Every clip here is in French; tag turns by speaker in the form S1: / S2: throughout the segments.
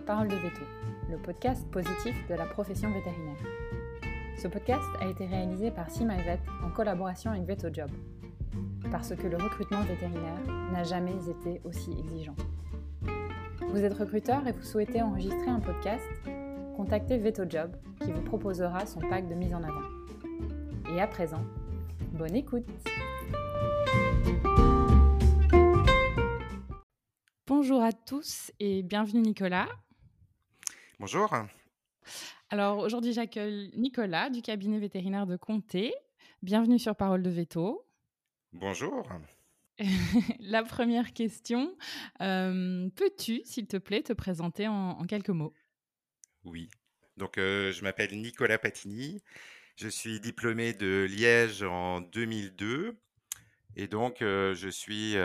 S1: Parole de Veto, le podcast positif de la profession vétérinaire. Ce podcast a été réalisé par SeeMyVet en collaboration avec VetoJob, parce que le recrutement vétérinaire n'a jamais été aussi exigeant. Vous êtes recruteur et vous souhaitez enregistrer un podcast? Contactez VetoJob qui vous proposera son pack de mise en avant. Et à présent, bonne écoute! Bonjour à tous et bienvenue Nicolas.
S2: Bonjour.
S1: Alors aujourd'hui j'accueille Nicolas du cabinet vétérinaire de Comté. Bienvenue sur Parole de Veto.
S2: Bonjour.
S1: La première question, peux-tu s'il te plaît te présenter en quelques mots?
S2: Oui. Donc, je m'appelle Nicolas Patini. Je suis diplômé de Liège en 2002 et donc je suis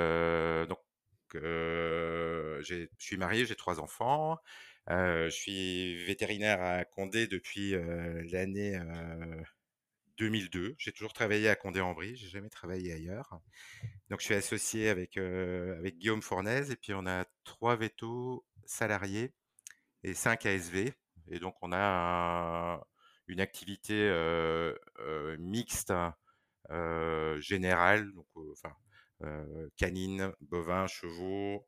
S2: je suis marié, j'ai 3 enfants. Je suis vétérinaire à Condé depuis l'année 2002. J'ai toujours travaillé à Condé-en-Brie, j'ai jamais travaillé ailleurs. Donc, je suis associé avec Guillaume Fornez et puis on a 3 vétos salariés et 5 ASV. Et donc, on a une activité mixte, générale, donc, canine, bovins, chevaux,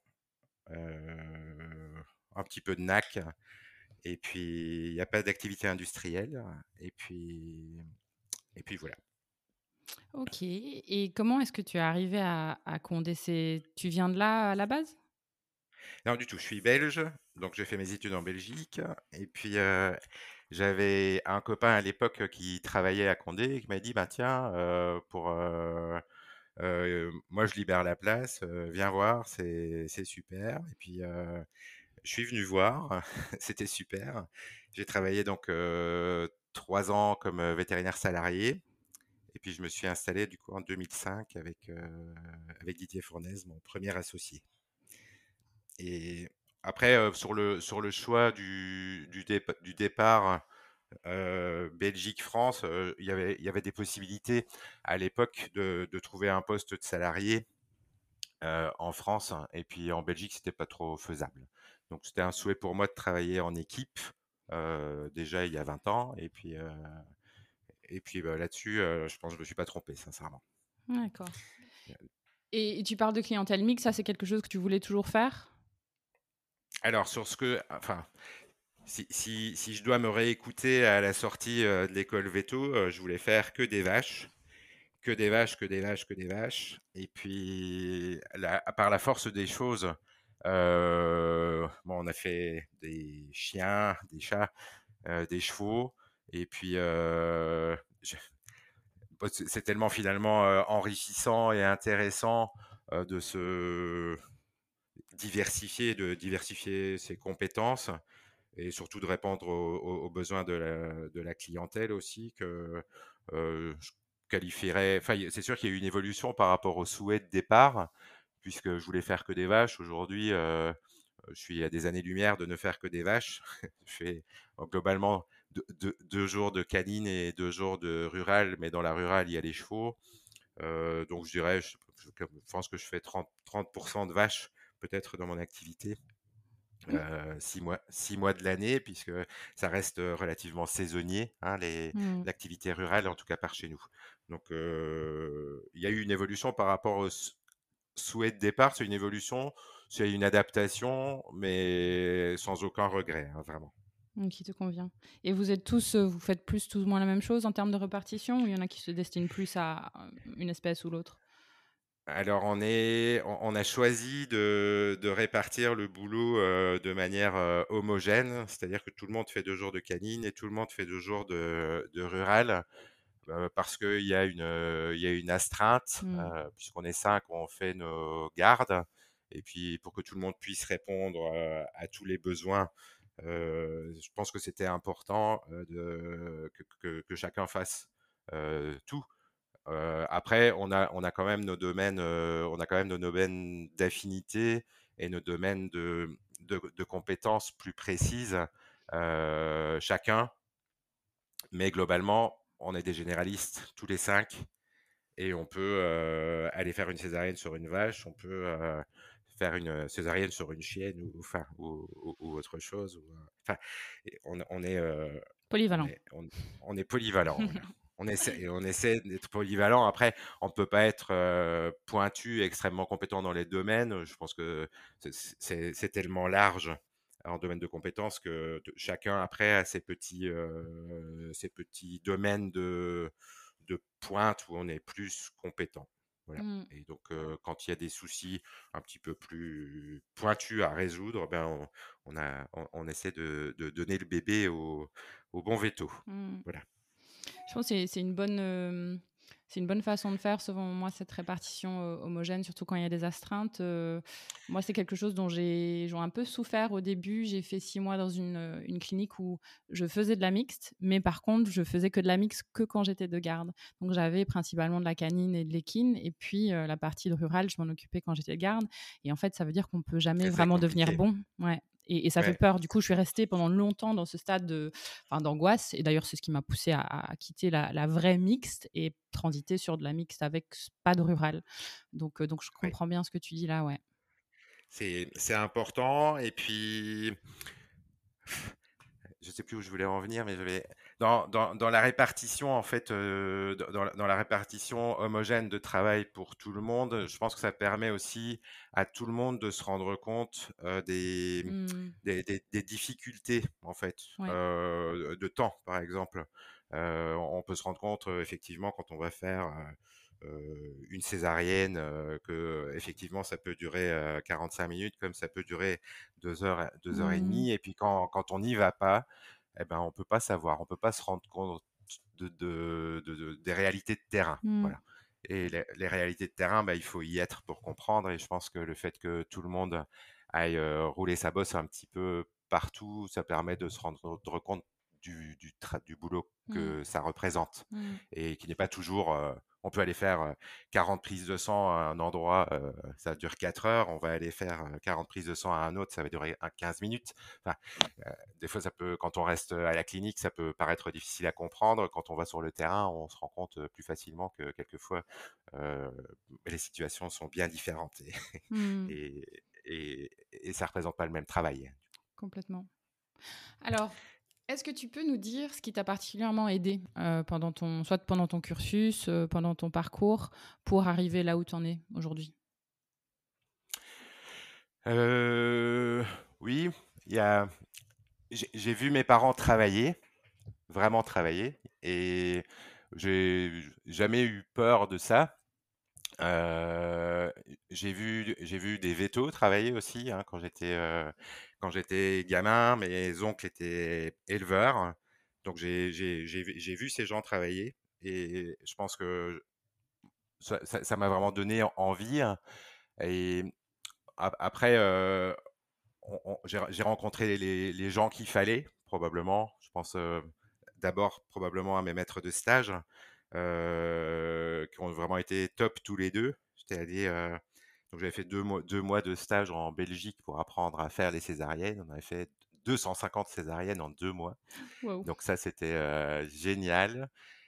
S2: un petit peu de NAC. Et puis, il n'y a pas d'activité industrielle. Et puis voilà.
S1: Ok. Et comment est-ce que tu es arrivé à Condé? Tu viens de là à la base?
S2: Non, du tout, je suis belge, donc j'ai fait mes études en Belgique. Et puis, j'avais un copain à l'époque qui travaillait à Condé et qui m'a dit, bah tiens, moi je libère la place, viens voir, c'est super. Et puis, je suis venu voir, c'était super. J'ai travaillé donc 3 ans comme vétérinaire salarié. Et puis, je me suis installé du coup en 2005 avec Didier Fournaise, mon premier associé. Et après, sur le choix du départ Belgique-France, il y avait des possibilités à l'époque de trouver un poste de salarié en France, hein, et puis en Belgique, c'était pas trop faisable. Donc, c'était un souhait pour moi de travailler en équipe déjà il y a 20 ans. Et puis là-dessus, je pense que je me suis pas trompé, sincèrement.
S1: D'accord. Et tu parles de clientèle mixte, ça c'est quelque chose que tu voulais toujours faire?
S2: Alors, si je dois me réécouter à la sortie de l'école veto, je voulais faire que des vaches, que des vaches, que des vaches, que des vaches. Et puis, par la force des choses, bon, on a fait des chiens, des chats, des chevaux. Et puis, c'est tellement finalement enrichissant et intéressant de se diversifier ses compétences et surtout de répondre aux besoins de la clientèle aussi, que je qualifierais. Enfin, c'est sûr qu'il y a eu une évolution par rapport au souhait de départ, puisque je voulais faire que des vaches. Aujourd'hui, je suis à des années-lumière de ne faire que des vaches. Je fais globalement 2 jours de canine et 2 jours de rural, mais dans la rurale, il y a les chevaux. Donc, je dirais, je pense que je fais 30% de vaches peut-être dans mon activité. 6 mois de l'année, puisque ça reste relativement saisonnier, hein,
S1: Mmh.
S2: l'activité rurale, en tout cas par chez nous. Donc, il y a eu une évolution par rapport au souhait de départ. C'est une évolution, c'est une adaptation, mais sans aucun regret, hein, vraiment.
S1: Qui te convient. Et vous êtes tous, vous faites plus ou moins la même chose en termes de répartition ou il y en a qui se destinent plus à une espèce ou l'autre?
S2: Alors, on a choisi de répartir le boulot de manière homogène, c'est-à-dire que tout le monde fait 2 jours de canine et tout le monde fait 2 jours de rural. Parce qu'il y a une astreinte,
S1: Mmh.
S2: puisqu'on est 5, on fait nos gardes. Et puis, pour que tout le monde puisse répondre à tous les besoins, je pense que c'était important que chacun fasse tout. Après, on a quand même nos domaines, nos domaines d'affinité et nos domaines de compétences plus précises, chacun. Mais globalement, on est des généralistes tous les 5 et on peut aller faire une césarienne sur une vache, on peut faire une césarienne sur une chienne ou autre chose. Enfin, on
S1: Polyvalent.
S2: est, on, on est polyvalent. Voilà. On essaie d'être polyvalent. Après, on ne peut pas être pointu, extrêmement compétent dans les domaines. Je pense que c'est tellement large en domaine de compétences que chacun après a ses petits domaines de pointe où on est plus compétent. Voilà.
S1: Mm.
S2: Et donc, quand il y a des soucis un petit peu plus pointus à résoudre, ben on essaie de donner le bébé au bon veto.
S1: Mm.
S2: Voilà.
S1: Je pense que c'est une bonne façon de faire, selon moi, cette répartition homogène, surtout quand il y a des astreintes. Moi, c'est quelque chose dont j'ai un peu souffert au début. J'ai fait 6 mois dans une clinique où je faisais de la mixte, mais par contre, je faisais que de la mixte que quand j'étais de garde. Donc, j'avais principalement de la canine et de l'équine, et puis la partie de rurale, je m'en occupais quand j'étais de garde. Et en fait, ça veut dire qu'on peut jamais
S2: Très
S1: vraiment devenir
S2: compliqué.
S1: bon. Ouais. Et ça fait
S2: Ouais,
S1: peur. Du coup, je suis restée pendant longtemps dans ce stade d'angoisse. Et d'ailleurs, c'est ce qui m'a poussée à quitter la vraie mixte et transiter sur de la mixte avec pas de rural. Donc, je
S2: ouais.
S1: comprends bien ce que tu dis là, ouais.
S2: C'est important. Et puis, je sais plus où je voulais en venir, mais dans la répartition en fait, dans la répartition homogène de travail pour tout le monde, je pense que ça permet aussi à tout le monde de se rendre compte
S1: Mmh,
S2: des difficultés en fait,
S1: ouais.
S2: de temps par exemple. On peut se rendre compte effectivement quand on va faire une césarienne, que effectivement ça peut durer 45 minutes, comme ça peut durer 2 heures, 2 heures et
S1: Mmh,
S2: demie. Et puis quand on n'y va pas, eh ben, on peut pas savoir, on peut pas se rendre compte des réalités de terrain.
S1: mmh,
S2: Voilà. Et les réalités de terrain, bah, il faut y être pour comprendre. Et je pense que le fait que tout le monde aille rouler sa bosse un petit peu partout, ça permet de se rendre compte du boulot
S1: mmh,
S2: que ça représente
S1: mmh,
S2: et qui n'est pas toujours. On peut aller faire 40 prises de sang à un endroit, ça dure 4 heures. On va aller faire 40 prises de sang à un autre, ça va durer 15 minutes. Enfin, des fois, quand on reste à la clinique, ça peut paraître difficile à comprendre. Quand on va sur le terrain, on se rend compte plus facilement que quelquefois, euh, les situations sont bien différentes
S1: mmh,
S2: et ça représente pas le même travail.
S1: complètement. Alors, est-ce que tu peux nous dire ce qui t'a particulièrement aidé soit pendant ton cursus, pendant ton parcours, pour arriver là où tu en es aujourd'hui?
S2: Euh, oui, il y a, j'ai vu mes parents travailler, vraiment travailler, et j'ai jamais eu peur de ça. Heu, j'ai vu des vétos travailler aussi, hein, quand j'étais gamin. Mes oncles étaient éleveurs, donc j'ai vu ces gens travailler et je pense que ça m'a vraiment donné envie, hein. Et après, j'ai rencontré les gens qu'il fallait probablement. Je pense, d'abord probablement à mes maîtres de stage, qui ont vraiment été top tous les 2. C'est-à-dire, donc j'avais fait 2 mois de stage en Belgique pour apprendre à faire les césariennes. On avait fait 250 césariennes en 2 mois.
S1: Waouh!
S2: Donc ça, c'était, génial.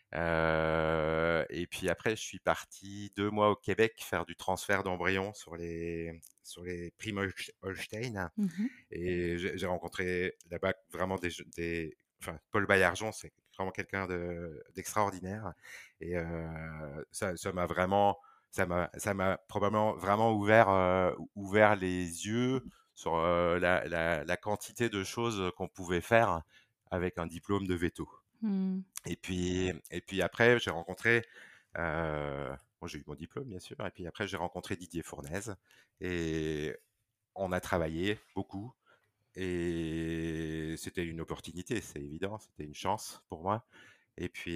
S2: Et puis après, je suis parti 2 mois au Québec faire du transfert d'embryons sur les Primo-Holstein.
S1: Mmh.
S2: Et j'ai rencontré là-bas vraiment enfin, Paul Baillargeon, c'est vraiment quelqu'un d'extraordinaire. Et ça m'a vraiment, ça m'a probablement vraiment ouvert les yeux sur la quantité de choses qu'on pouvait faire avec un diplôme de veto.
S1: Mmh.
S2: Et puis après, j'ai rencontré, moi j'ai eu mon diplôme bien sûr, et puis après j'ai rencontré Didier Fournaise et on a travaillé beaucoup. Et c'était une opportunité, c'est évident, c'était une chance pour moi. Et puis,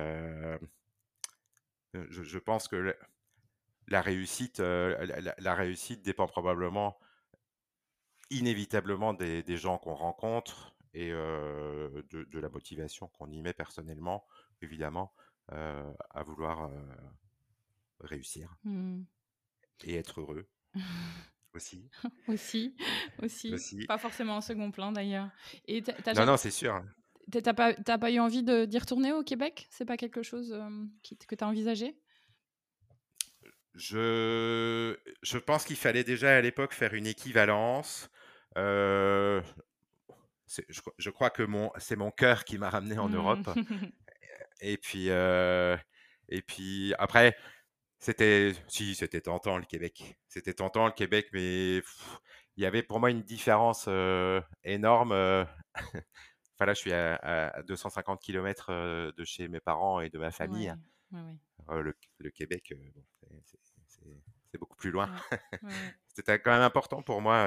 S2: je pense que la réussite, la réussite dépend probablement, inévitablement des gens qu'on rencontre et de la motivation qu'on y met personnellement, évidemment, à vouloir réussir
S1: Mmh.
S2: et être heureux aussi.
S1: Aussi, aussi.
S2: Aussi.
S1: Pas forcément en second plan d'ailleurs. Et
S2: Non, non, c'est sûr.
S1: t'as pas eu envie d'y retourner au Québec? C'est pas quelque chose que tu as envisagé?
S2: je pense qu'il fallait déjà à l'époque faire une équivalence. Euh, je crois que c'est mon cœur qui m'a ramené en
S1: Mmh.
S2: Europe. Et puis, euh, et puis après, c'était tentant le Québec. C'était tentant le Québec, mais il y avait pour moi une différence énorme. Enfin là, je suis à 250 km de chez mes parents et de ma famille.
S1: Ouais, ouais, ouais,
S2: Le Québec, bon, c'est beaucoup plus loin.
S1: ouais, ouais, ouais.
S2: C'était quand même important pour moi.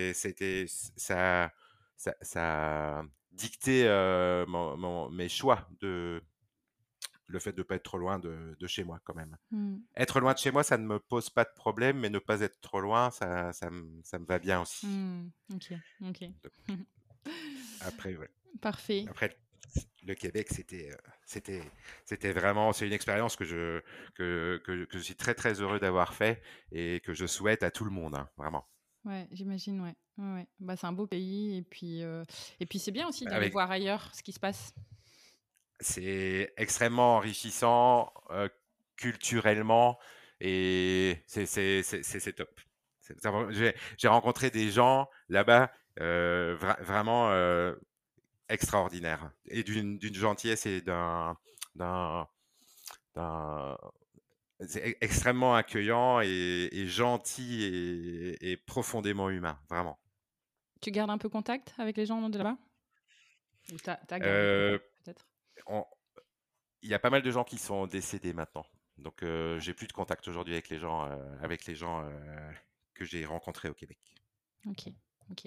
S2: Ça dictait mes choix le fait de ne pas être trop loin de chez moi quand même.
S1: Mmh.
S2: Être loin de chez moi, ça ne me pose pas de problème, mais ne pas être trop loin, ça me va bien aussi.
S1: Mmh. OK, OK.
S2: Donc, après, ouais.
S1: Parfait.
S2: Après, le Québec, c'était, c'était vraiment, c'est une expérience que je suis très très heureux d'avoir fait et que je souhaite à tout le monde, hein, vraiment.
S1: Ouais, j'imagine, ouais. Ouais, ouais. Bah, c'est un beau pays et puis c'est bien aussi d'aller
S2: Avec,
S1: voir ailleurs ce qui se passe.
S2: c'est extrêmement enrichissant culturellement et c'est top. J'ai rencontré des gens là-bas vraiment extraordinaires et d'une gentillesse et d'un, d'un- c'est extrêmement accueillant et gentil et profondément humain, vraiment.
S1: Tu gardes un peu contact avec les gens de là-bas? Ou tu as gardé
S2: Euh,
S1: contact peut-être?
S2: on- il y a pas mal de gens qui sont décédés maintenant. Donc, j'ai plus de contact aujourd'hui avec les gens que j'ai rencontrés au Québec.
S1: OK, OK.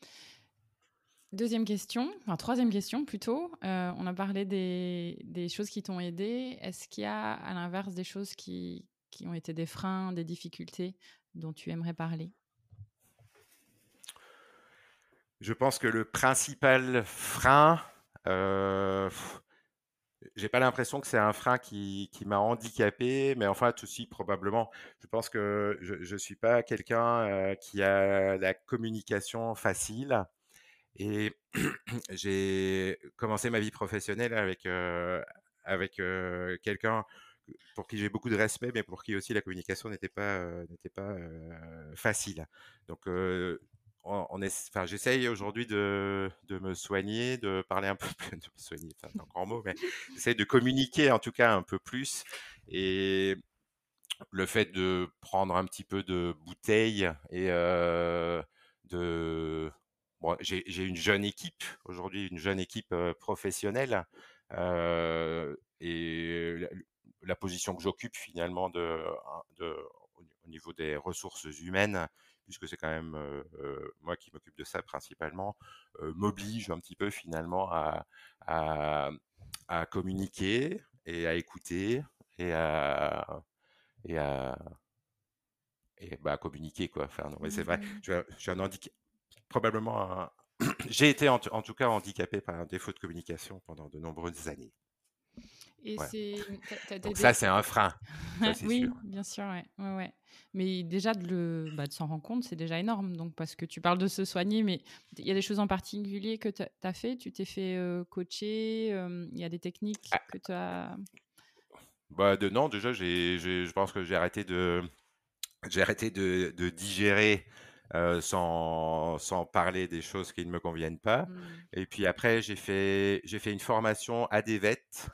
S1: 2e question, enfin 3e question plutôt. On a parlé des choses qui t'ont aidé. Est-ce qu'il y a, à l'inverse, des choses qui ont été des freins, des difficultés dont tu aimerais parler?
S2: Je pense que le principal frein, euh, j'ai pas l'impression que c'est un frein qui m'a handicapé, mais enfin, aussi probablement. Je pense que je suis pas quelqu'un qui a la communication facile. Et j'ai commencé ma vie professionnelle avec quelqu'un pour qui j'ai beaucoup de respect, mais pour qui aussi la communication n'était pas facile. Donc, enfin, j'essaye aujourd'hui de me soigner, de parler un peu plus, de me soigner, c'est un grand mot, mais j'essaye de communiquer en tout cas un peu plus. Et le fait de prendre un petit peu de bouteille et de bon, j'ai une jeune équipe aujourd'hui, une jeune équipe professionnelle et la position que j'occupe finalement au niveau des ressources humaines, puisque c'est quand même moi qui m'occupe de ça principalement, m'oblige un petit peu finalement à, à communiquer et à écouter et et à, et bah, à communiquer quoi. Enfin, non, mais c'est
S1: Mmh
S2: vrai.
S1: mh.
S2: Je suis un handicap, probablement j'ai été en tout cas handicapé par un défaut de communication pendant de nombreuses années.
S1: Et
S2: Voilà.
S1: c'est tu
S2: Donc
S1: des
S2: ça, c'est un frein. Ça, c'est
S1: oui,
S2: sûr.
S1: bien sûr, ouais. Ouais, ouais. Mais déjà de s'en rendre compte, c'est déjà énorme donc parce que tu parles de se soigner, mais il y a des choses en particulier que tu as fait? Tu t'es fait, coacher, il y a des techniques
S2: Ah,
S1: que tu as
S2: bah, non, déjà, je pense que j'ai arrêté de digérer sans parler des choses qui ne me conviennent pas.
S1: mmh.
S2: Et puis après, j'ai fait une formation à des vêtes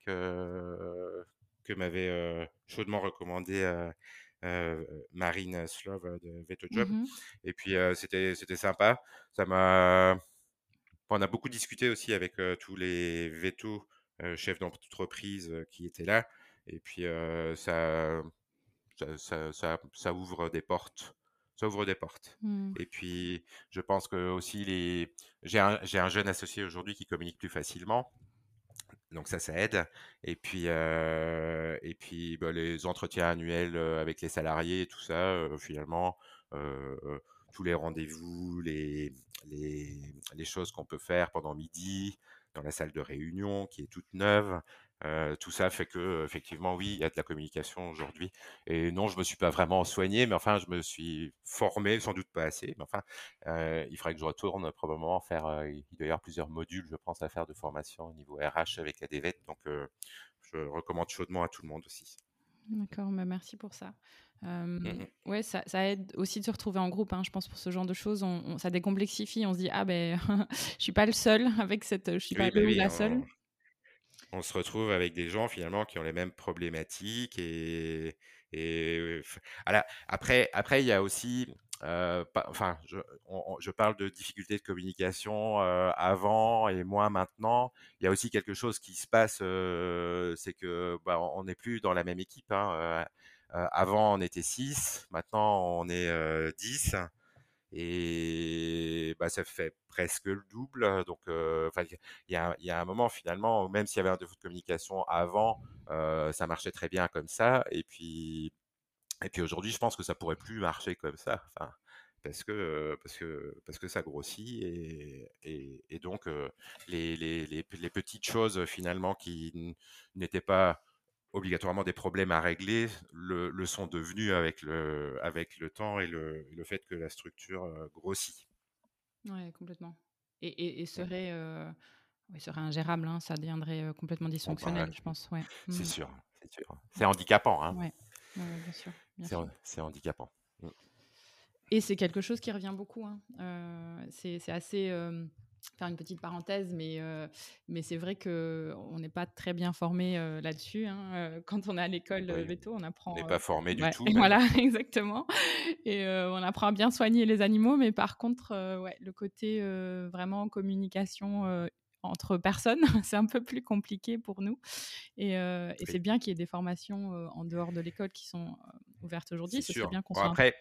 S2: que m'avait chaudement recommandé Marine Slove de VetoJob.
S1: Mmh.
S2: Et puis c'était sympa. Ça m'a, on a beaucoup discuté aussi avec tous les vétos chefs d'entreprise qui étaient là. Et puis ça ouvre des portes. Ça ouvre des portes.
S1: Mmh.
S2: Et puis, je pense que aussi j'ai un jeune associé aujourd'hui qui communique plus facilement, donc ça aide. Et puis bah, les entretiens annuels avec les salariés et tout ça, finalement, tous les rendez-vous, les choses qu'on peut faire pendant midi dans la salle de réunion qui est toute neuve. Tout ça fait que effectivement oui, il y a de la communication aujourd'hui. Et non, je me suis pas vraiment soigné, mais enfin je me suis formé, sans doute pas assez, mais enfin il faudrait que je retourne probablement faire. Il doit y avoir plusieurs modules, je pense, à faire de formation au niveau RH avec la DVET, donc je recommande chaudement à tout le monde aussi.
S1: D'accord, bah, merci pour ça.
S2: Mmh mh.
S1: Ouais, ça aide aussi de se retrouver en groupe, hein, je pense pour ce genre de choses, ça décomplexifie, on se dit: «Ah ben je suis pas le seul avec je suis pas
S2: Oui,
S1: le ou
S2: oui,
S1: la seule».
S2: on se retrouve avec des gens finalement qui ont les mêmes problématiques et f alors après il y a aussi, pas enfin je parle de difficultés de communication, avant et moins maintenant. Il y a aussi quelque chose qui se passe, c'est que, bah, on n'est plus dans la même équipe, hein, avant on était 6, maintenant on est, 10. Et bah, ça fait presque le double, donc enfin, il y a un moment finalement où même s'il y avait un défaut de communication avant, ça marchait très bien comme ça et puis aujourd'hui, je pense que ça pourrait plus marcher comme ça, enfin, parce que ça grossit et donc les petites choses finalement qui n'étaient pas obligatoirement des problèmes à régler, le sont devenus avec le temps et le fait que la structure, grossit.
S1: Ouais, complètement et
S2: Mmh.
S1: serait ingérable, hein, ça deviendrait, complètement
S2: Bon, bah,
S1: dysfonctionnel, je pense, ouais.
S2: c'est
S1: Mmh.
S2: sûr, c'est sûr. C'est handicapant, hein.
S1: Ouais. Ouais, ouais, bien sûr, bien
S2: C'est
S1: sûr.
S2: c'est handicapant. Mmh.
S1: Et c'est quelque chose qui revient beaucoup, hein. C'est assez, faire une petite parenthèse, mais c'est vrai qu'on n'est pas très bien formé, là-dessus, hein, quand on est à l'école,
S2: Oui,
S1: véto, on
S2: on n'est
S1: apprend,
S2: pas formé du
S1: ouais,
S2: tout
S1: et
S2: même.
S1: voilà, exactement et on apprend à bien soigner les animaux, mais par contre, ouais, le côté, vraiment communication, entre personnes, c'est un peu plus compliqué pour nous et c'est
S2: Oui,
S1: bien qu'il y ait des formations, en dehors de l'école qui sont, ouvertes aujourd'hui.
S2: c'est
S1: Ce serait
S2: sûr.
S1: bien qu'on
S2: Bon
S1: soit un
S2: après,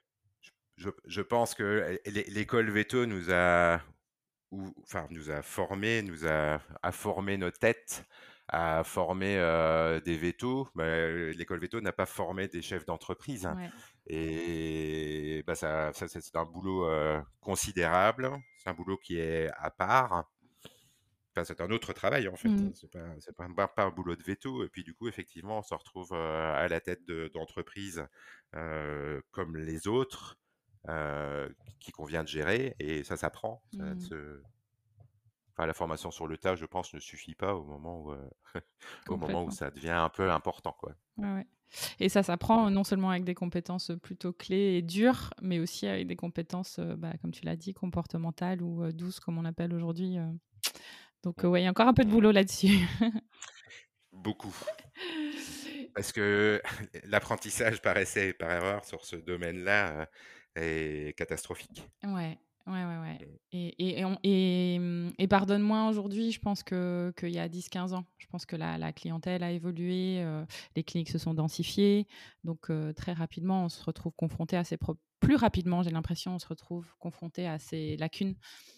S2: je pense que l'école véto nous a ou enfin nous a formés, a formé nos têtes, a formé, des vétos. Mais l'école véto n'a pas formé des chefs d'entreprise, hein
S1: ouais.
S2: et bah, ça c'est un boulot, considérable. C'est un boulot qui est à part. Enfin, c'est un autre travail en fait,
S1: Mmh.
S2: pas un boulot de veto et puis du coup effectivement on se retrouve, à la tête d'entreprises, comme les autres, qu'il convient de gérer et ça s'apprend. Ça ne
S1: Mmh.
S2: se Enfin la formation sur le tas je pense ne suffit pas au moment où, au moment où
S1: Complètement.
S2: ça devient un peu important quoi.
S1: Ouais, ouais et ça s'apprend non seulement avec des compétences, plutôt clés et dures, mais aussi avec des compétences, bah, comme tu l'as dit, comportementales ou, douces comme on appelle aujourd'hui, donc
S2: Mmh.
S1: ouais, il y a encore un peu de
S2: Mmh.
S1: boulot là-dessus.
S2: Beaucoup. Parce que l'apprentissage par essai et par erreur sur ce domaine-là, est catastrophique.
S1: Ouais, ouais, ouais, ouais
S2: Mmh.
S1: et pardonne-moi aujourd'hui, je pense que qu'il y a 10-15 ans. Je pense que la clientèle a évolué, les cliniques se sont densifiées, donc très rapidement, on se retrouve confronté à ces plus rapidement, j'ai l'impression, on se retrouve confronté à ces lacunes.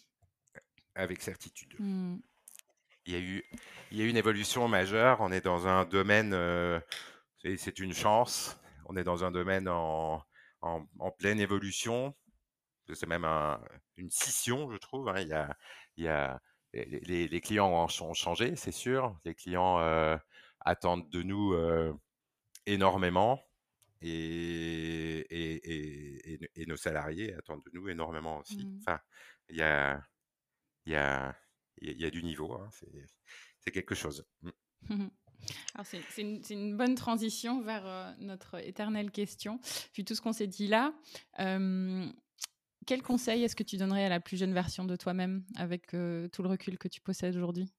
S2: Avec certitude.
S1: Mmh.
S2: Il y a eu une évolution majeure. On est dans un domaine, c'est une chance. On est dans un domaine en pleine évolution. C'est même une scission, je trouve, hein. Il y a les clients ont changé, c'est sûr. Les clients, attendent de nous, énormément et nos salariés attendent de nous énormément aussi.
S1: Mmh.
S2: Enfin, il y a il y a il y a du niveau, hein. C'est quelque chose. Mmh.
S1: Alors c'est une bonne transition vers, notre éternelle question. Vu tout ce qu'on s'est dit là, hem, quel conseil est-ce que tu donnerais à la plus jeune version de toi-même avec, tout le recul que tu possèdes aujourd'hui?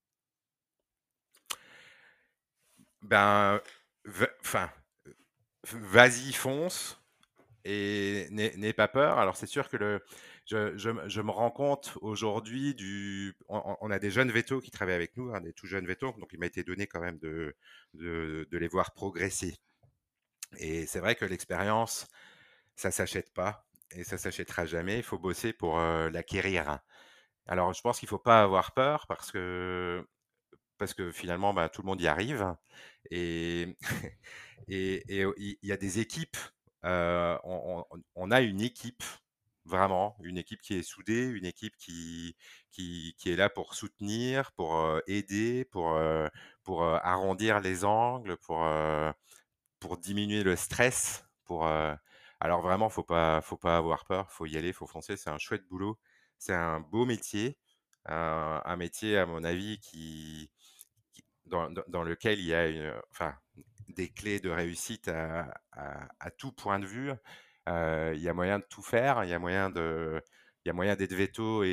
S2: Ben, enfin, vas-y, fonce et n'aie pas peur. Alors c'est sûr que je me rends compte aujourd'hui on a des jeunes vétos qui travaillent avec nous, hein, des tout jeunes vétos, donc il m'a été donné quand même de les voir progresser. Et c'est vrai que l'expérience, ça s'achète pas et ça s'achètera jamais. Il faut bosser pour l'acquérir. Alors je pense qu'il faut pas avoir peur parce que finalement, bah, tout le monde y arrive et et il y a des équipes, on a une équipe, vraiment, une équipe qui est soudée, une équipe qui est là pour soutenir, pour, aider, pour, arrondir les angles, pour diminuer le stress, alors vraiment, faut pas avoir peur, faut y aller, faut foncer, c'est un chouette boulot. C'est un beau métier, un métier à mon avis dans lequel il y a enfin, des clés de réussite à tout point de vue. Il y a moyen de tout faire, il y a moyen d'être veto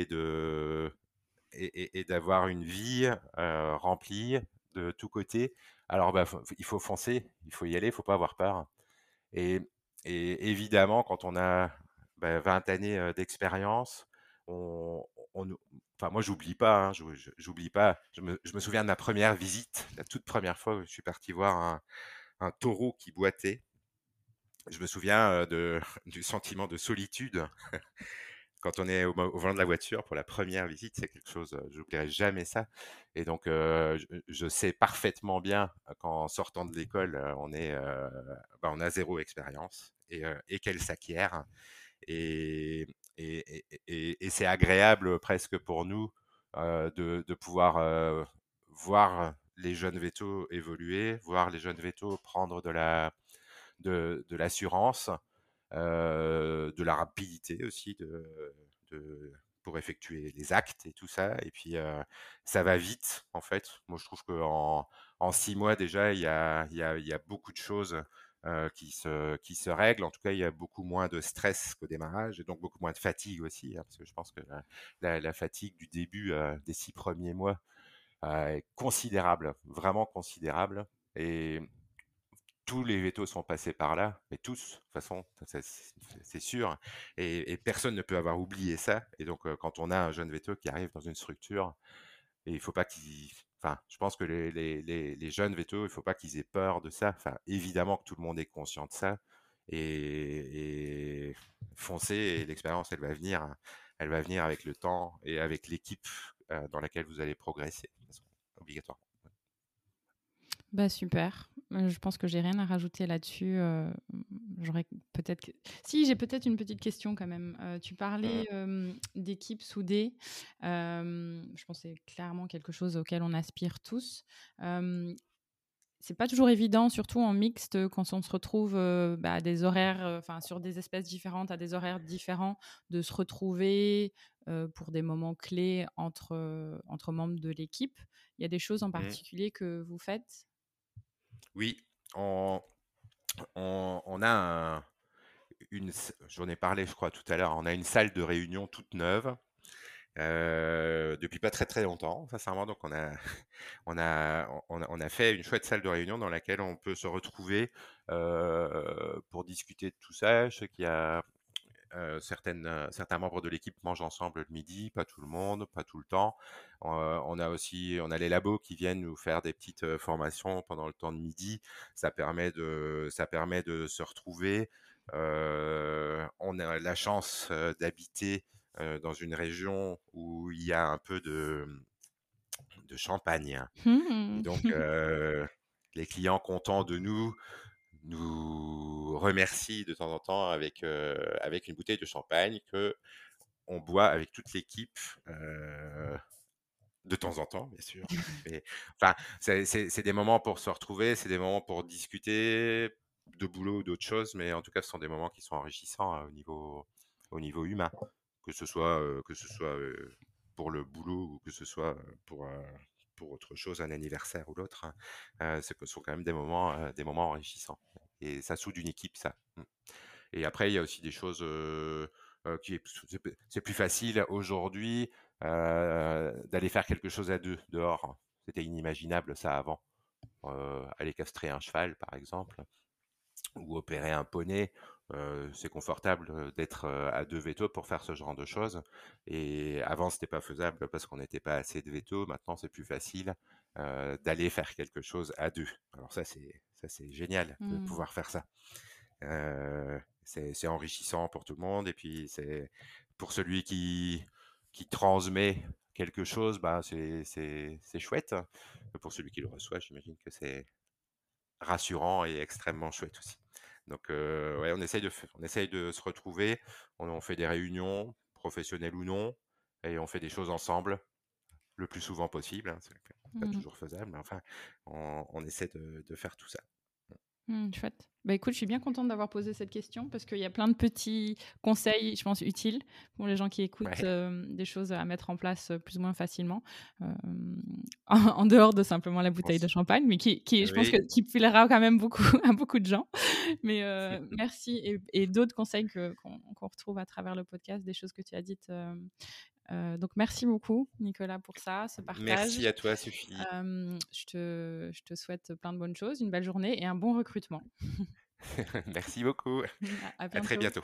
S2: et d'avoir une vie remplie de tous côtés. Alors, bah, il faut foncer, il faut y aller, il faut pas avoir peur. Et, et évidemment, quand on a 20 années d'expérience, on, on- enfin moi j'oublie pas, hein, j'oublie pas. Je me souviens de ma première visite, la toute première fois où je suis parti voir un taureau qui boitait. Je me souviens du sentiment de solitude quand on est au volant de la voiture pour la première visite, c'est quelque chose, je n'oublierai jamais ça. Et donc, je sais parfaitement bien qu'en sortant de l'école, on a zéro expérience et qu'elle s'acquiert. Et, et c'est agréable presque pour nous de pouvoir voir les jeunes vétos évoluer, voir les jeunes vétos prendre de l'assurance, de la rapidité aussi de pour effectuer les actes et tout ça. Et puis, ça va vite, en fait. Moi, je trouve qu'en 6 mois, déjà, il y a beaucoup de choses qui se règlent. En tout cas, il y a beaucoup moins de stress qu'au démarrage et donc beaucoup moins de fatigue aussi, hein, parce que je pense que la fatigue du début, des 6 premiers mois, est considérable, vraiment considérable. Et tous les vétos sont passés par là, mais tous, de toute façon, ça, c'est sûr. Et personne ne peut avoir oublié ça. Et donc, quand on a un jeune véto qui arrive dans une structure, et il faut pas qu'il. Enfin, je pense que les jeunes vétos, il faut pas qu'ils aient peur de ça. Enfin, évidemment que tout le monde est conscient de ça. Et foncez, et l'expérience, elle va venir avec le temps et avec l'équipe dans laquelle vous allez progresser, de toute façon, obligatoirement.
S1: Bah, super. Je pense que j'ai rien à rajouter là-dessus, j'aurais peut-être que si, j'ai peut-être une petite question quand même. Tu parlais,
S2: Mhm.
S1: d'équipes soudées. Je pense que c'est clairement quelque chose auquel on aspire tous. Hem, c'est pas toujours évident, surtout en mixte, quand on se retrouve, à des horaires, enfin sur des espèces différentes, à des horaires différents, de se retrouver, pour des moments clés entre membres de l'équipe. Il y a des choses en
S2: Mhm.
S1: particulier que vous faites?
S2: Oui, on, on a j'en ai parlé, je crois, tout à l'heure. On a une salle de réunion toute neuve depuis pas très très longtemps, sincèrement. Donc on a fait une chouette salle de réunion dans laquelle on peut se retrouver pour discuter de tout ça. Je sais qu'il y a certains membres de l'équipe mangent ensemble le midi, pas tout le monde, pas tout le temps. On a les labos qui viennent nous faire des petites formations pendant le temps de midi. Ça permet de se retrouver. On a la chance d'habiter dans une région où il y a un peu de champagne. Et
S1: Mmh.
S2: donc, les clients contents de nous remercient de temps en temps avec une bouteille de champagne que on boit avec toute l'équipe de temps en temps, bien sûr. Mais enfin, c'est des moments pour se retrouver, c'est des moments pour discuter de boulot ou d'autres choses, mais en tout cas, ce sont des moments qui sont enrichissants au niveau humain, que ce soit pour le boulot ou que ce soit pour autre chose, un anniversaire ou l'autre, hein. Ce sont quand même des moments enrichissants. Et ça soude une équipe, ça. Mm. Et après, il y a aussi des choses c'est plus facile aujourd'hui d'aller faire quelque chose à deux dehors. C'était inimaginable ça avant. Aller castrer un cheval, par exemple, ou opérer un poney. C'est confortable d'être à deux vétos pour faire ce genre de choses. Et avant, c'était pas faisable parce qu'on n'était pas assez de vétos. Maintenant, c'est plus facile d'aller faire quelque chose à deux. Alors ça, c'est génial de
S1: Mmh.
S2: pouvoir faire ça. C'est enrichissant pour tout le monde et puis c'est pour celui qui transmet quelque chose, bah, c'est chouette. Pour celui qui le reçoit, j'imagine que c'est rassurant et extrêmement chouette aussi. Donc, ouais, on essaye de se retrouver, on fait des réunions, professionnelles ou non, et on fait des choses ensemble le plus souvent possible, hein. C'est pas
S1: Mmh.
S2: toujours faisable, mais enfin, on essaie de faire tout ça.
S1: Mmh, chouette. Bah écoute, je suis bien contente d'avoir posé cette question parce qu'il y a plein de petits conseils, je pense, utiles pour les gens qui écoutent,
S2: Ouais,
S1: des choses à mettre en place plus ou moins facilement, en dehors de simplement la
S2: on
S1: bouteille de
S2: s
S1: champagne, mais qui je pense
S2: oui.
S1: qui plaira quand même beaucoup à beaucoup de gens. Mais merci et d'autres conseils qu'on retrouve à travers le podcast, des choses que tu as dites. Donc merci beaucoup Nicolas pour ça, ce partage.
S2: Merci à toi Sophie.
S1: Je te souhaite plein de bonnes choses, une belle journée et un bon recrutement.
S2: Merci beaucoup.
S1: À
S2: À très
S1: bientôt.
S2: bientôt.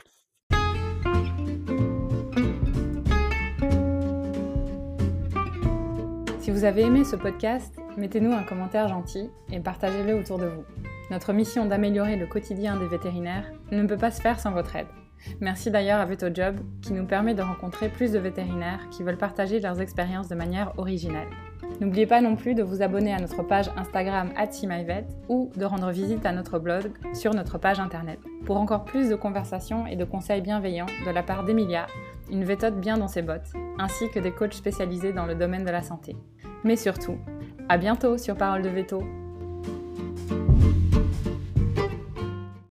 S1: Si vous avez aimé ce podcast, mettez-nous un commentaire gentil et partagez-le autour de vous. Notre mission d'améliorer le quotidien des vétérinaires ne peut pas se faire sans votre aide. Merci d'ailleurs à VetoJob qui nous permet de rencontrer plus de vétérinaires qui veulent partager leurs expériences de manière originale. N'oubliez pas non plus de vous abonner à notre page Instagram @SeeMyVet ou de rendre visite à notre blog sur notre page internet pour encore plus de conversations et de conseils bienveillants de la part d'Emilia, une vétote bien dans ses bottes, ainsi que des coachs spécialisés dans le domaine de la santé. Mais surtout, à bientôt sur Parole de Veto!